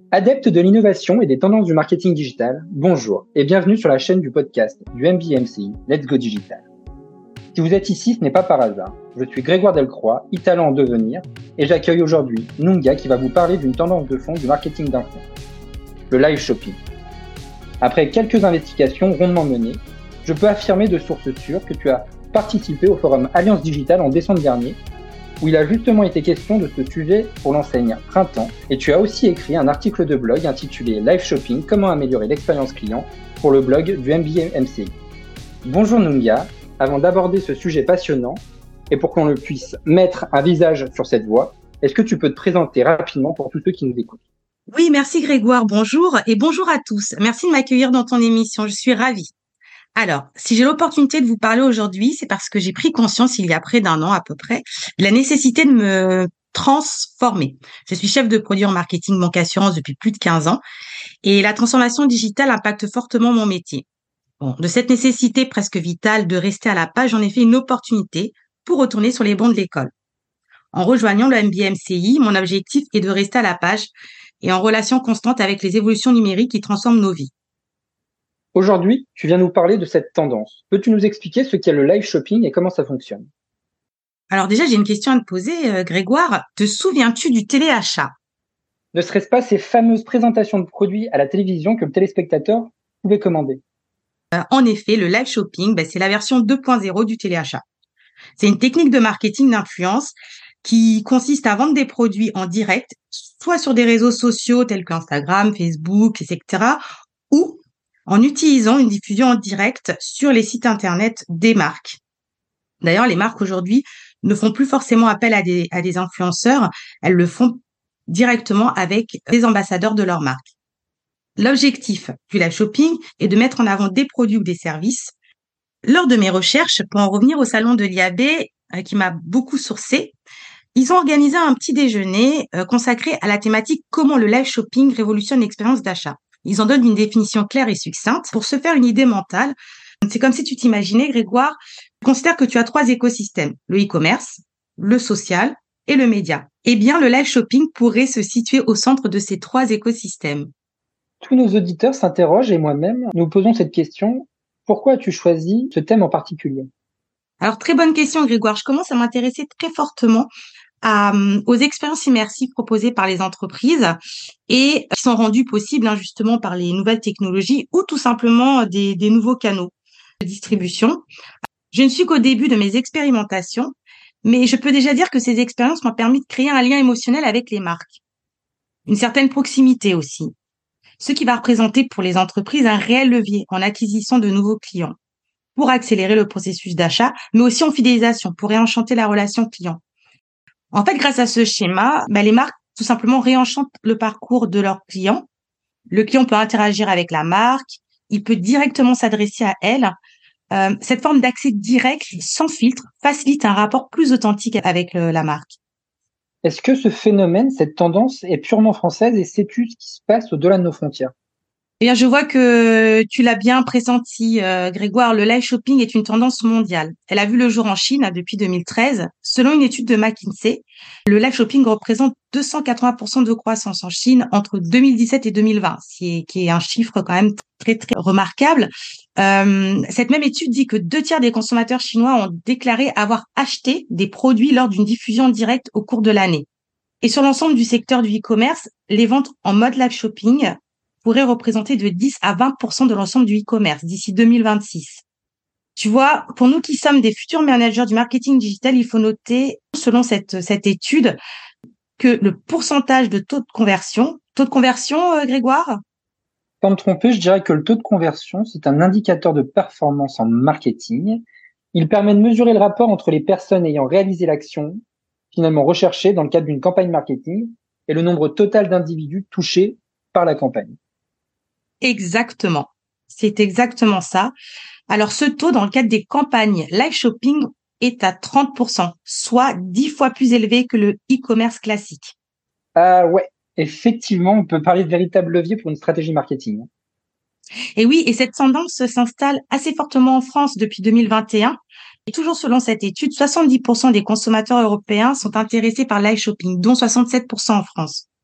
Adepte de l'innovation et des tendances du marketing digital, bonjour et bienvenue sur la chaîne du podcast du MBMCI Let's Go Digital. Si vous êtes ici, ce n'est pas par hasard. Je suis Grégoire Delcroix, italien en devenir, et j'accueille aujourd'hui Nunga qui va vous parler d'une tendance de fond du marketing d'influence, le live shopping. Après quelques investigations rondement menées, je peux affirmer de sources sûres que tu as participé au forum Alliance Digitale en décembre dernier, où il a justement été question de ce sujet pour l'enseigne Printemps, et tu as aussi écrit un article de blog intitulé Live Shopping, comment améliorer l'expérience client pour le blog du MBMCI. Bonjour Nunga, avant d'aborder ce sujet passionnant, et pour qu'on le puisse mettre un visage sur cette voie, est-ce que tu peux te présenter rapidement pour tous ceux qui nous écoutent? Oui, merci Grégoire, bonjour et bonjour à tous. Merci de m'accueillir dans ton émission, je suis ravie. Alors, si j'ai l'opportunité de vous parler aujourd'hui, c'est parce que j'ai pris conscience il y a près d'un an à peu près de la nécessité de me transformer. Je suis chef de produit en marketing banque assurance depuis plus de 15 ans et la transformation digitale impacte fortement mon métier. Bon, de cette nécessité presque vitale de rester à la page, j'en ai fait une opportunité pour retourner sur les bancs de l'école. En rejoignant le MBMCI, mon objectif est de rester à la page et en relation constante avec les évolutions numériques qui transforment nos vies. Aujourd'hui, tu viens nous parler de cette tendance. Peux-tu nous expliquer ce qu'est le live shopping et comment ça fonctionne? Alors déjà, j'ai une question à te poser, Grégoire. Te souviens-tu du téléachat? Ne serait-ce pas ces fameuses présentations de produits à la télévision que le téléspectateur pouvait commander? En effet, le live shopping, c'est la version 2.0 du téléachat. C'est une technique de marketing d'influence qui consiste à vendre des produits en direct, soit sur des réseaux sociaux tels qu'Instagram, Facebook, etc., ou en utilisant une diffusion en direct sur les sites internet des marques. D'ailleurs, les marques aujourd'hui ne font plus forcément appel à des influenceurs, elles le font directement avec des ambassadeurs de leur marque. L'objectif du live shopping est de mettre en avant des produits ou des services. Lors de mes recherches, pour en revenir au salon de l'IAB, qui m'a beaucoup sourcé, ils ont organisé un petit déjeuner consacré à la thématique comment le live shopping révolutionne l'expérience d'achat. Ils en donnent une définition claire et succincte. Pour se faire une idée mentale, c'est comme si tu t'imaginais, Grégoire, considère que tu as 3 écosystèmes, le e-commerce, le social et le média. Eh bien, le live shopping pourrait se situer au centre de ces 3 écosystèmes. Tous nos auditeurs s'interrogent et moi-même, nous posons cette question. Pourquoi as-tu choisi ce thème en particulier? Alors, très bonne question, Grégoire. Je commence à m'intéresser très fortement aux expériences immersives proposées par les entreprises et qui sont rendues possibles justement par les nouvelles technologies ou tout simplement des nouveaux canaux de distribution. Je ne suis qu'au début de mes expérimentations, mais je peux déjà dire que ces expériences m'ont permis de créer un lien émotionnel avec les marques, une certaine proximité aussi, ce qui va représenter pour les entreprises un réel levier en acquisition de nouveaux clients, pour accélérer le processus d'achat, mais aussi en fidélisation, pour réenchanter la relation client. En fait, grâce à ce schéma, les marques tout simplement réenchantent le parcours de leurs clients. Le client peut interagir avec la marque, il peut directement s'adresser à elle. Cette forme d'accès direct, sans filtre, facilite un rapport plus authentique avec la marque. Est-ce que ce phénomène, cette tendance est purement française et sais-tu ce qui se passe au-delà de nos frontières? Eh bien, je vois que tu l'as bien pressenti, Grégoire. Le live shopping est une tendance mondiale. Elle a vu le jour en Chine depuis 2013. Selon une étude de McKinsey, le live shopping représente 280% de croissance en Chine entre 2017 et 2020, qui est un chiffre quand même très, très remarquable. Cette même étude dit que 2 tiers des consommateurs chinois ont déclaré avoir acheté des produits lors d'une diffusion directe au cours de l'année. Et sur l'ensemble du secteur du e-commerce, les ventes en mode live shopping pourrait représenter de 10 à 20% de l'ensemble du e-commerce d'ici 2026. Tu vois, pour nous qui sommes des futurs managers du marketing digital, il faut noter, selon cette étude, que le pourcentage de taux de conversion, Grégoire? Sans me tromper, je dirais que le taux de conversion, c'est un indicateur de performance en marketing. Il permet de mesurer le rapport entre les personnes ayant réalisé l'action, finalement recherchée dans le cadre d'une campagne marketing, et le nombre total d'individus touchés par la campagne. Exactement. C'est exactement ça. Alors, ce taux, dans le cadre des campagnes live shopping, est à 30%, soit 10 fois plus élevé que le e-commerce classique. Ah ouais, effectivement, on peut parler de véritable levier pour une stratégie marketing. Et oui, et cette tendance s'installe assez fortement en France depuis 2021. Et toujours selon cette étude, 70% des consommateurs européens sont intéressés par live shopping, dont 67% en France.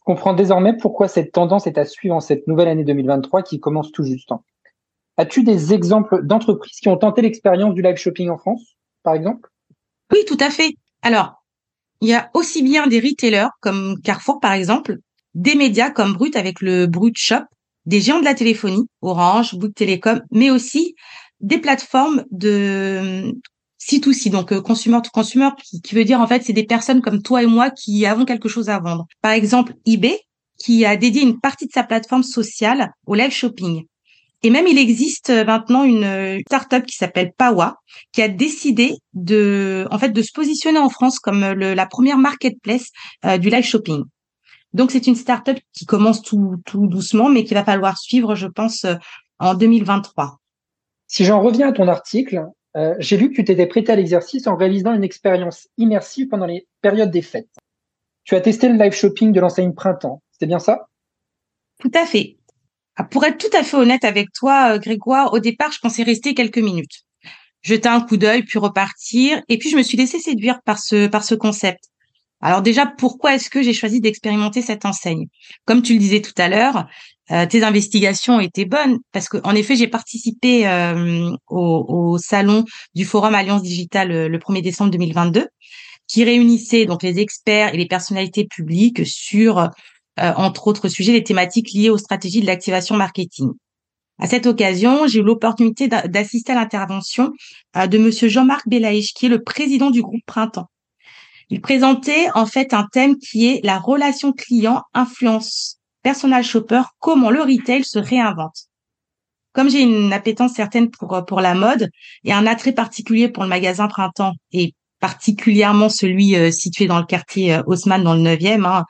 comprends désormais pourquoi cette tendance est à suivre en cette nouvelle année 2023 qui commence tout juste. As-tu des exemples d'entreprises qui ont tenté l'expérience du live shopping en France, par exemple? Oui, tout à fait. Alors, il y a aussi bien des retailers comme Carrefour, par exemple, des médias comme Brut avec le Brut Shop, des géants de la téléphonie, Orange, Bouygues Télécom, mais aussi des plateformes de C2C, donc consumer to consumer, qui veut dire en fait c'est des personnes comme toi et moi qui avons quelque chose à vendre. Par exemple, eBay, qui a dédié une partie de sa plateforme sociale au live shopping. Et même, il existe maintenant une start-up qui s'appelle Pawa, qui a décidé de se positionner en France comme la première marketplace du live shopping. Donc, c'est une start-up qui commence tout doucement, mais qu'il va falloir suivre, je pense, en 2023. Si j'en reviens à ton article, j'ai lu que tu t'étais prêté à l'exercice en réalisant une expérience immersive pendant les périodes des fêtes. Tu as testé le live shopping de l'enseigne Printemps, c'est bien ça? Tout à fait. Pour être tout à fait honnête avec toi, Grégoire, au départ, je pensais rester quelques minutes, jeter un coup d'œil, puis repartir. Et puis, je me suis laissée séduire par ce concept. Alors déjà, pourquoi est-ce que j'ai choisi d'expérimenter cette enseigne? Comme tu le disais tout à l'heure, tes investigations étaient bonnes parce que, en effet, j'ai participé au salon du Forum Alliance Digitale le 1er décembre 2022, qui réunissait donc les experts et les personnalités publiques sur, entre autres sujets, les thématiques liées aux stratégies de l'activation marketing. À cette occasion, j'ai eu l'opportunité d'assister à l'intervention de Monsieur Jean-Marc Belaïch, qui est le président du groupe Printemps. Il présentait en fait un thème qui est la relation client-influence personal shopper, comment le retail se réinvente. Comme j'ai une appétence certaine pour la mode et un attrait particulier pour le magasin Printemps et particulièrement celui situé dans le quartier Haussmann dans le 9e, hein,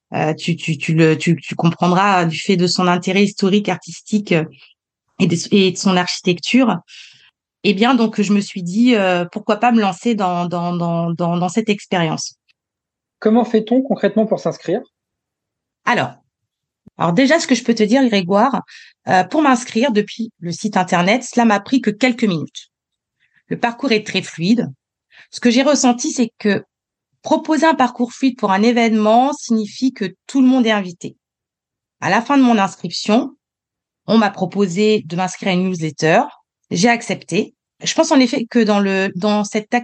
tu comprendras du fait de son intérêt historique, artistique et de son architecture. Eh bien, donc, je me suis dit, pourquoi pas me lancer dans cette expérience. Comment fait-on concrètement pour s'inscrire? Alors, alors déjà, ce que je peux te dire, Grégoire, pour m'inscrire depuis le site internet, cela m'a pris que quelques minutes. Le parcours est très fluide. Ce que j'ai ressenti, c'est que proposer un parcours fluide pour un événement signifie que tout le monde est invité. À la fin de mon inscription, on m'a proposé de m'inscrire à une newsletter. J'ai accepté. Je pense en effet que dans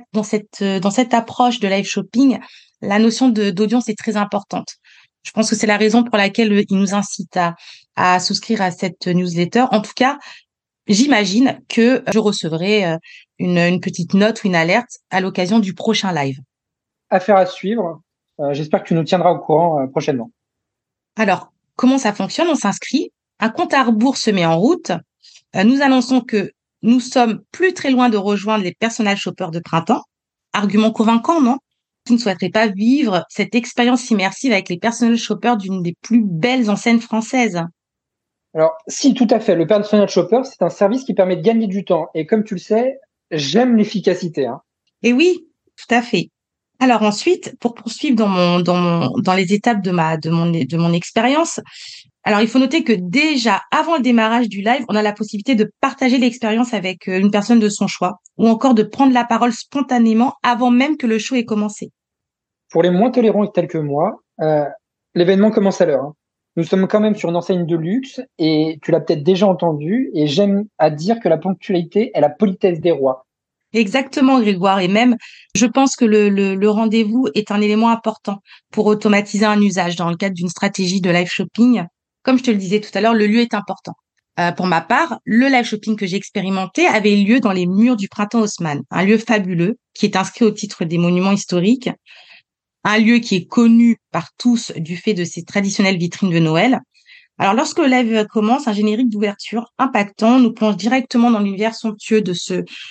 cette approche de live shopping, la notion d'audience est très importante. Je pense que c'est la raison pour laquelle il nous incite à souscrire à cette newsletter. En tout cas, j'imagine que je recevrai une petite note ou une alerte à l'occasion du prochain live. Affaire à suivre. J'espère que tu nous tiendras au courant prochainement. Alors, comment ça fonctionne? On s'inscrit, un compte à rebours se met en route. Nous annonçons que nous sommes plus très loin de rejoindre les personal shoppers de Printemps. Argument convaincant, non? Qui ne souhaiterait pas vivre cette expérience immersive avec les personal shoppers d'une des plus belles enseignes françaises? Alors, si, tout à fait. Le personal shopper, c'est un service qui permet de gagner du temps. Et comme tu le sais, j'aime l'efficacité. Et oui, tout à fait. Alors ensuite, pour poursuivre dans les étapes de mon expérience, alors il faut noter que déjà avant le démarrage du live, on a la possibilité de partager l'expérience avec une personne de son choix ou encore de prendre la parole spontanément avant même que le show ait commencé. Pour les moins tolérants tels que moi, l'événement commence à l'heure. Nous sommes quand même sur une enseigne de luxe et tu l'as peut-être déjà entendu et j'aime à dire que la ponctualité est la politesse des rois. Exactement, Grégoire. Et même, je pense que le rendez-vous est un élément important pour automatiser un usage dans le cadre d'une stratégie de live shopping. Comme je te le disais tout à l'heure, le lieu est important. Pour ma part, le live shopping que j'ai expérimenté avait lieu dans les murs du Printemps Haussmann, un lieu fabuleux qui est inscrit au titre des monuments historiques, un lieu qui est connu par tous du fait de ses traditionnelles vitrines de Noël. Alors, lorsque le live commence, un générique d'ouverture impactant nous plonge directement dans l'univers somptueux de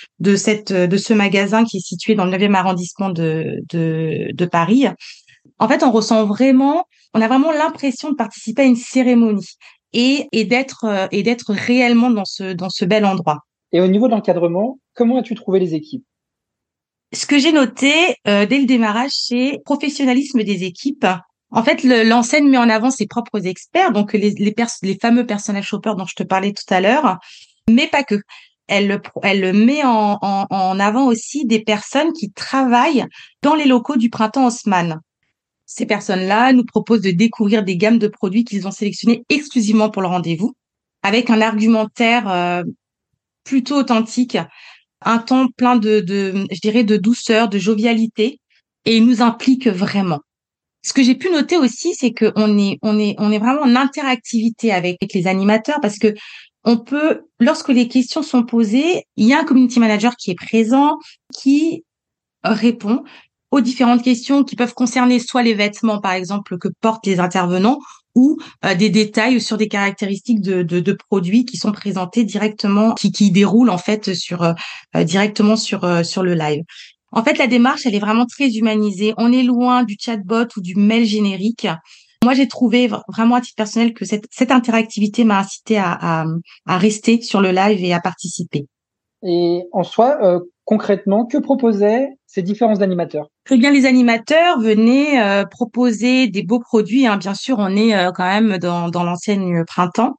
ce magasin qui est situé dans le 9e arrondissement de Paris. En fait, on a vraiment l'impression de participer à une cérémonie et d'être réellement dans ce bel endroit. Et au niveau de l'encadrement, comment as-tu trouvé les équipes? Ce que j'ai noté dès le démarrage, c'est le professionnalisme des équipes. En fait, l'enseigne met en avant ses propres experts, donc les fameux personnel shoppers dont je te parlais tout à l'heure, mais pas que. Elle met en avant aussi des personnes qui travaillent dans les locaux du Printemps Haussmann. Ces personnes-là nous proposent de découvrir des gammes de produits qu'ils ont sélectionnés exclusivement pour le rendez-vous, avec un argumentaire plutôt authentique, un ton plein je dirais, de douceur, de jovialité, et ils nous impliquent vraiment. Ce que j'ai pu noter aussi, c'est que on est vraiment en interactivité avec les animateurs, parce que on peut, lorsque les questions sont posées, il y a un community manager qui est présent, qui répond aux différentes questions qui peuvent concerner soit les vêtements, par exemple, que portent les intervenants, ou des détails sur des caractéristiques de produits qui sont présentés directement, qui déroulent en fait directement sur le live. En fait, la démarche, elle est vraiment très humanisée. On est loin du chatbot ou du mail générique. Moi, j'ai trouvé vraiment à titre personnel que cette interactivité m'a incité à rester sur le live et à participer. Et en soi, concrètement, que proposaient ces différents animateurs? Eh bien, les animateurs venaient proposer des beaux produits, hein. Bien sûr, on est quand même dans l'enseigne Printemps,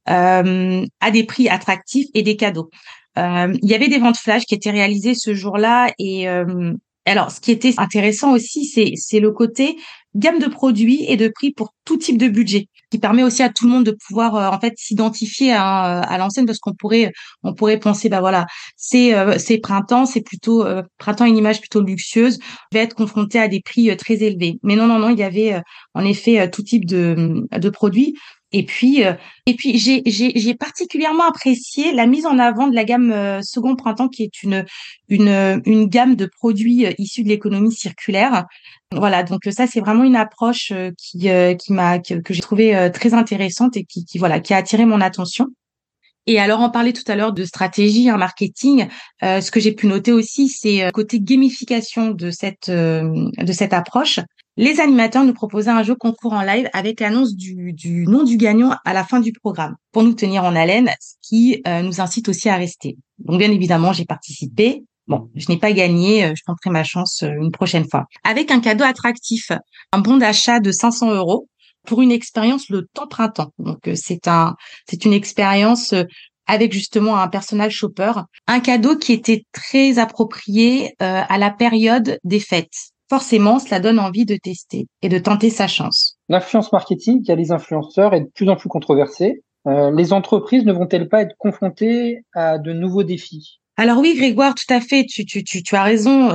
à des prix attractifs et des cadeaux. Il y avait des ventes flash qui étaient réalisées ce jour-là, et alors, ce qui était intéressant aussi, c'est le côté gamme de produits et de prix pour tout type de budget, qui permet aussi à tout le monde de pouvoir en fait s'identifier à l'enseigne, parce on pourrait penser, bah voilà, c'est Printemps, c'est plutôt Printemps, une image plutôt luxueuse, va être confronté à des prix très élevés. Mais non, il y avait en effet tout type de produits. Et puis j'ai particulièrement apprécié la mise en avant de la gamme Second Printemps, qui est une gamme de produits issus de l'économie circulaire. Voilà, donc ça c'est vraiment une approche que j'ai trouvée très intéressante, et qui a attiré mon attention. Et alors, on parlait tout à l'heure de stratégie en marketing. Ce que j'ai pu noter aussi, c'est côté gamification de cette approche. Les animateurs nous proposaient un jeu concours en live avec l'annonce du nom du gagnant à la fin du programme, pour nous tenir en haleine, ce qui nous incite aussi à rester. Donc, bien évidemment, j'ai participé. Bon, je n'ai pas gagné, je tenterai ma chance une prochaine fois. Avec un cadeau attractif, un bon d'achat de 500 € pour une expérience le temps printemps. Donc, c'est une expérience avec justement un personal shopper, un cadeau qui était très approprié à la période des fêtes. Forcément, cela donne envie de tester et de tenter sa chance. L'influence marketing qui a les influenceurs est de plus en plus controversée. Les entreprises ne vont-elles pas être confrontées à de nouveaux défis? Alors oui, Grégoire, tout à fait. Tu as raison.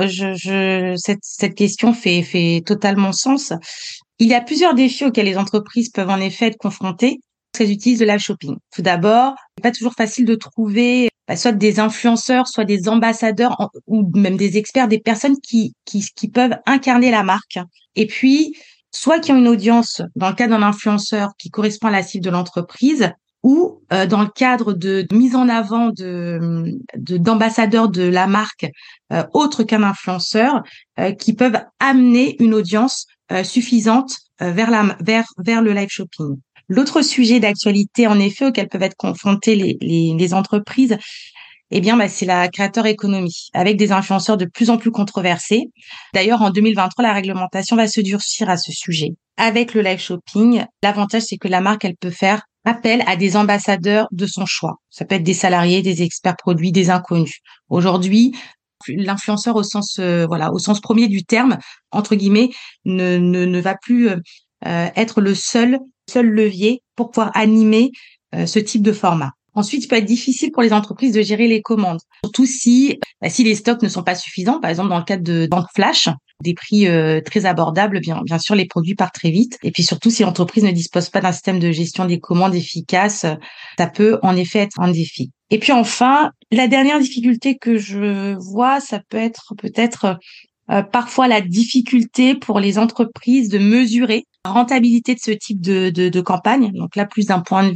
Cette question fait totalement sens. Il y a plusieurs défis auxquels les entreprises peuvent en effet être confrontées lorsqu'elles utilisent le live shopping. Tout d'abord, c'est pas toujours facile de trouver soit des influenceurs, soit des ambassadeurs ou même des experts, des personnes qui peuvent incarner la marque. Et puis, soit qui ont une audience dans le cas d'un influenceur qui correspond à la cible de l'entreprise, ou dans le cadre de mise en avant d'ambassadeurs de la marque autre qu'un influenceur, qui peuvent amener une audience suffisante vers le live shopping. L'autre sujet d'actualité, en effet, auquel peuvent être confrontées les entreprises, eh bien, c'est la créateur économie, avec des influenceurs de plus en plus controversés. D'ailleurs, en 2023, la réglementation va se durcir à ce sujet. Avec le live shopping, l'avantage, c'est que la marque, elle peut faire appel à des ambassadeurs de son choix. Ça peut être des salariés, des experts produits, des inconnus. Aujourd'hui, l'influenceur au sens premier du terme, entre guillemets, ne va plus être le seul levier pour pouvoir animer ce type de format. Ensuite, il peut être difficile pour les entreprises de gérer les commandes, surtout si les stocks ne sont pas suffisants. Par exemple, dans le cadre de ventes flash, des prix très abordables, bien sûr, les produits partent très vite. Et puis surtout, si l'entreprise ne dispose pas d'un système de gestion des commandes efficace, ça peut en effet être un défi. Et puis enfin, la dernière difficulté que je vois, ça peut être peut-être parfois la difficulté pour les entreprises de mesurer la rentabilité de ce type de campagne. Donc là, plus d'un point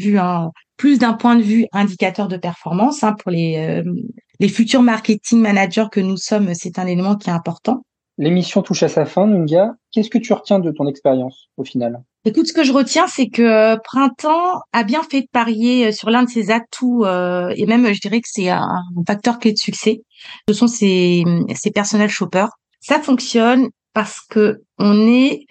de vue indicateur de performance, pour les futurs marketing managers que nous sommes, c'est un élément qui est important. L'émission touche à sa fin, Nunga. Qu'est-ce que tu retiens de ton expérience au final? Écoute, ce que je retiens, c'est que Printemps a bien fait de parier sur l'un de ses atouts, et même je dirais que c'est un facteur clé de succès. Ce sont ces personnel shoppers. Ça fonctionne parce que on n'est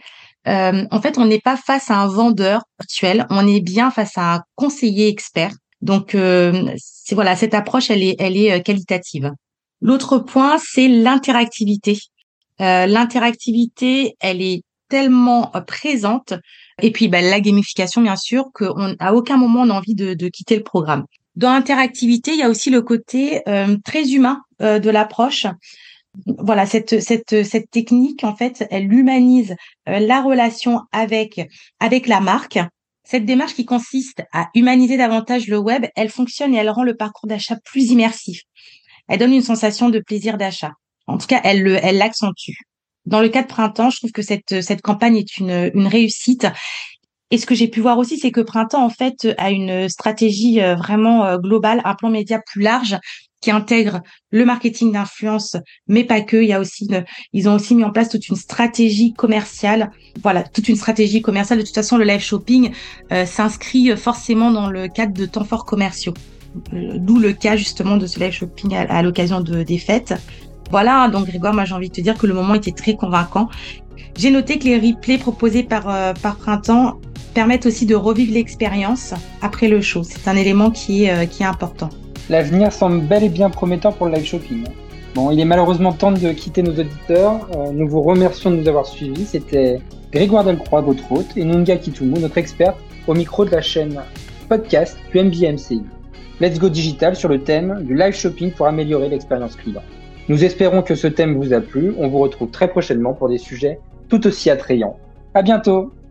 pas face à un vendeur virtuel, on est bien face à un conseiller expert. Donc cette approche, elle est qualitative. L'autre point, c'est l'interactivité. L'interactivité, elle est tellement présente. Et puis, la gamification, bien sûr, à aucun moment on a envie de quitter le programme. Dans l'interactivité, il y a aussi le côté très humain de l'approche. Voilà, cette technique, en fait, elle humanise la relation avec la marque. Cette démarche qui consiste à humaniser davantage le web, elle fonctionne et elle rend le parcours d'achat plus immersif. Elle donne une sensation de plaisir d'achat. En tout cas, elle l'accentue. Dans le cas de Printemps, je trouve que cette campagne est une réussite. Et ce que j'ai pu voir aussi, c'est que Printemps, en fait, a une stratégie vraiment globale, un plan média plus large qui intègre le marketing d'influence, mais pas que. Ils ont aussi mis en place toute une stratégie commerciale. Voilà, toute une stratégie commerciale. De toute façon, le live shopping s'inscrit forcément dans le cadre de temps forts commerciaux. D'où le cas justement de ce live shopping à l'occasion des fêtes. Voilà, donc Grégoire, moi j'ai envie de te dire que le moment était très convaincant. J'ai noté que les replays proposés par Printemps permettent aussi de revivre l'expérience après le show. C'est un élément qui est important. L'avenir semble bel et bien prometteur pour le live shopping. Bon, il est malheureusement temps de quitter nos auditeurs. Nous vous remercions de nous avoir suivis. C'était Grégoire Delcroix, votre hôte, et Nunga Kitumu, notre experte, au micro de la chaîne podcast du MBMCI. Let's Go Digital sur le thème du live shopping pour améliorer l'expérience client. Nous espérons que ce thème vous a plu. On vous retrouve très prochainement pour des sujets tout aussi attrayants. À bientôt!